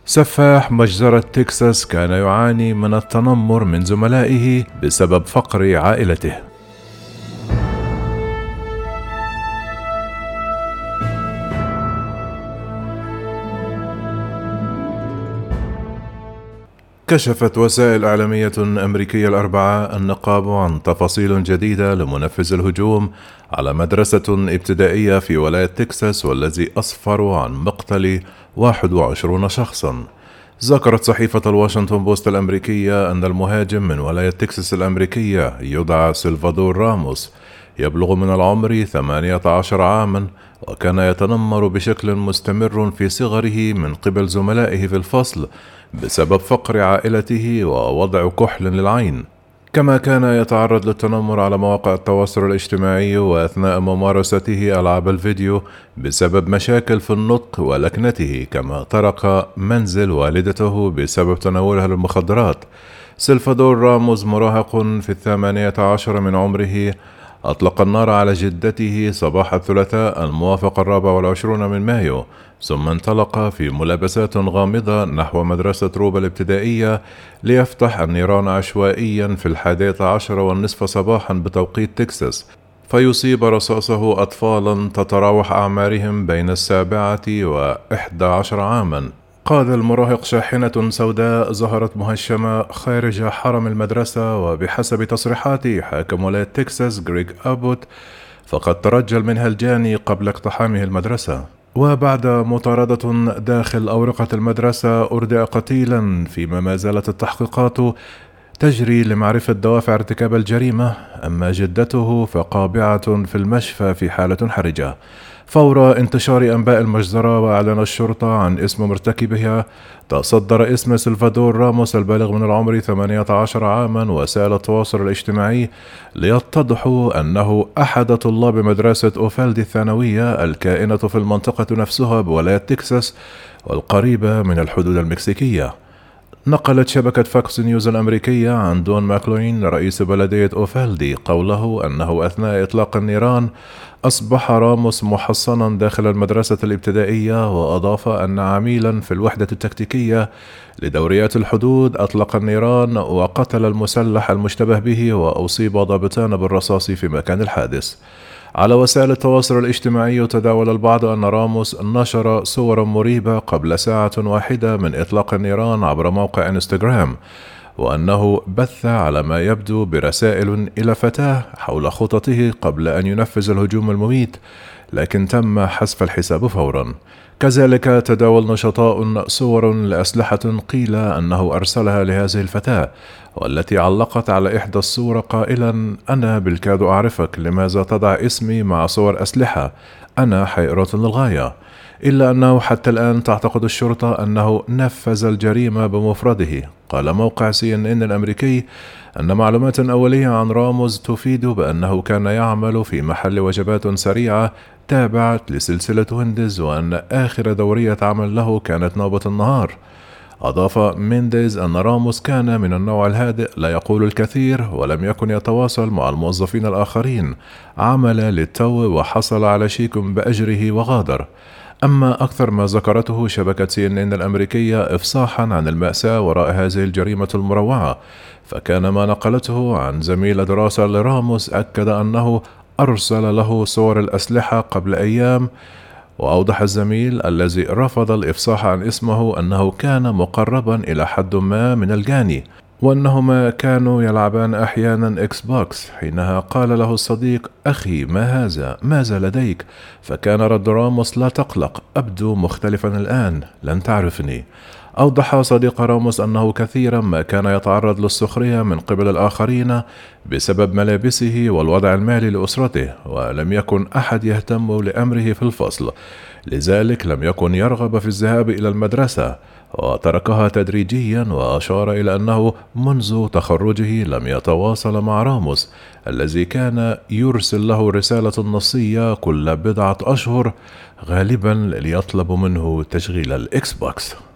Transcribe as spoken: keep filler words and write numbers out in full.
سفاح مجزرة تكساس كان يعاني من التنمر من زملائه بسبب فقر عائلته. كشفت وسائل إعلامية أمريكية الأربعاء النقاب عن تفاصيل جديدة لمنفذ الهجوم على مدرسة ابتدائية في ولاية تكساس، والذي أسفروا عن مقتل واحد وعشرين شخصا. ذكرت صحيفة الواشنطن بوست الأمريكية أن المهاجم من ولاية تكساس الأمريكية يدعى سلفادور راموس، يبلغ من العمر ثمانية عشر عاما، وكان يتنمر بشكل مستمر في صغره من قبل زملائه في الفصل بسبب فقر عائلته ووضع كحل للعين. كما كان يتعرض للتنمر على مواقع التواصل الاجتماعي وأثناء ممارسته ألعاب الفيديو بسبب مشاكل في النطق ولكنته، كما ترك منزل والدته بسبب تناولها للمخدرات. سلفادور راموس مراهق في الثامنية عشر من عمره أطلق النار على جدته صباح الثلاثاء الموافق الرابع والعشرون من مايو، ثم انطلق في ملابسات غامضة نحو مدرسة روبا الابتدائية ليفتح النيران عشوائيا في الحادية عشر والنصف صباحا بتوقيت تكساس، فيصيب رصاصه أطفالا تتراوح أعمارهم بين السابعة وإحدى عشر عاما. قاد المراهق شاحنة سوداء ظهرت مهشمة خارج حرم المدرسة، وبحسب تصريحات حاكم ولاية تكساس غريغ أبوت فقد ترجل منها الجاني قبل اقتحامه المدرسة. وبعد مطاردة داخل أورقة المدرسة أردع قتيلا، فيما ما زالت التحقيقات تجري لمعرفة دوافع ارتكاب الجريمة. أما جدته فقابعة في المشفى في حالة حرجة. فور انتشار أنباء المجزرة وأعلن الشرطة عن اسم مرتكبها، تصدر اسم سلفادور راموس البالغ من العمر ثمانية عشر عاما وسائل التواصل الاجتماعي ليتضحوا أنه أحد طلاب مدرسة أوفالدي الثانوية الكائنة في المنطقة نفسها بولاية تكساس والقريبة من الحدود المكسيكية. نقلت شبكة فاكس نيوز الأمريكية عن دون ماكلوين رئيس بلدية أوفالدي قوله أنه أثناء إطلاق النيران أصبح راموس محصنا داخل المدرسة الابتدائية، وأضاف أن عميلا في الوحدة التكتيكية لدوريات الحدود أطلق النيران وقتل المسلح المشتبه به، وأصيب ضابطان بالرصاص في مكان الحادث. على وسائل التواصل الاجتماعي تداول البعض أن راموس نشر صورا مريبة قبل ساعة واحدة من إطلاق النيران عبر موقع انستغرام، وأنه بث على ما يبدو برسائل إلى فتاة حول خططه قبل أن ينفذ الهجوم المميت، لكن تم حذف الحساب فورا. كذلك تداول نشطاء صور لأسلحة قيل أنه أرسلها لهذه الفتاة، والتي علقت على إحدى الصور قائلا: أنا بالكاد أعرفك، لماذا تضع اسمي مع صور أسلحة؟ أنا حائرة للغاية. إلا أنه حتى الآن تعتقد الشرطة أنه نفذ الجريمة بمفرده. قال موقع سي إن إن الأمريكي أن معلومات أولية عن راموس تفيد بأنه كان يعمل في محل وجبات سريعة تابعة لسلسلة وينديز، وأن آخر دورية عمل له كانت نوبة النهار. أضاف مينديز أن راموس كان من النوع الهادئ، لا يقول الكثير، ولم يكن يتواصل مع الموظفين الآخرين، عمل للتو وحصل على شيك بأجره وغادر. أما أكثر ما ذكرته شبكة سي إن إن الأمريكية إفصاحا عن المأساة وراء هذه الجريمة المروعة، فكان ما نقلته عن زميل دراسة لراموس أكد أنه أرسل له صور الأسلحة قبل أيام، وأوضح الزميل الذي رفض الإفصاح عن اسمه أنه كان مقربا إلى حد ما من الجاني، وأنهما كانوا يلعبان أحيانا إكس بوكس. حينها قال له الصديق: أخي، ما هذا؟ ماذا لديك؟ فكان رد راموس: لا تقلق، أبدو مختلفا الآن، لن تعرفني. أوضح صديق راموس أنه كثيرا ما كان يتعرض للسخرية من قبل الآخرين بسبب ملابسه والوضع المالي لأسرته، ولم يكن أحد يهتم لأمره في الفصل، لذلك لم يكن يرغب في الذهاب إلى المدرسة، وتركها تدريجيا. وأشار إلى أنه منذ تخرجه لم يتواصل مع راموس الذي كان يرسل له رسالة نصية كل بضعة أشهر، غالبا ليطلب منه تشغيل الإكس بوكس.